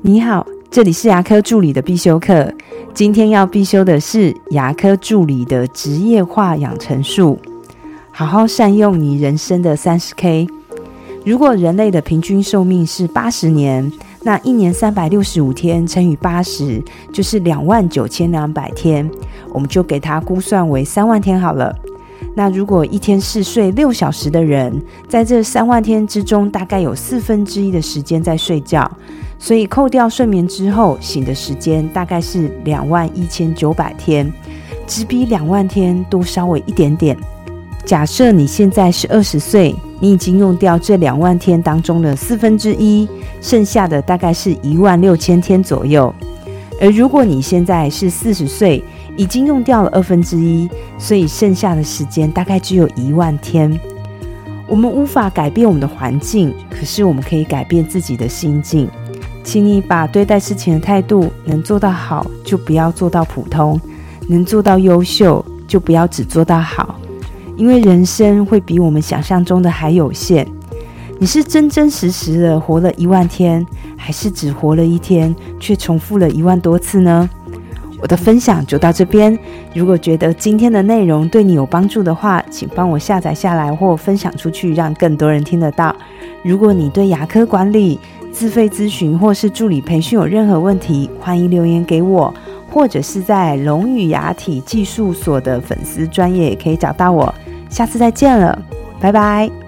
你好，这里是牙科助理的必修课。今天要必修的是牙科助理的职业化养成术，好好善用你人生的 30K。 如果人类的平均寿命是80年，那一年365天乘以80就是29200天，我们就给它估算为3万天好了。那如果一天是睡6小时的人，在这3万天之中，大概有1/4的时间在睡觉，所以扣掉睡眠之后醒的时间大概是21900天，只比2万天多稍微一点点。假设你现在是20岁，你已经用掉这2万天当中的1/4，剩下的大概是16000天左右。而如果你现在是40岁，已经用掉了1/2，所以剩下的时间大概只有1万天。我们无法改变我们的环境，可是我们可以改变自己的心境。请你把对待事情的态度，能做到好就不要做到普通，能做到优秀就不要只做到好，因为人生会比我们想象中的还有限。你是真真实实的活了1万天，还是只活了1天却重复了1万多次呢？我的分享就到这边，如果觉得今天的内容对你有帮助的话，请帮我下载下来或分享出去，让更多人听得到。如果你对牙科管理、自费咨询或是助理培训有任何问题，欢迎留言给我，或者是在龙语牙体技术所的粉丝专页也可以找到我。下次再见了，拜拜。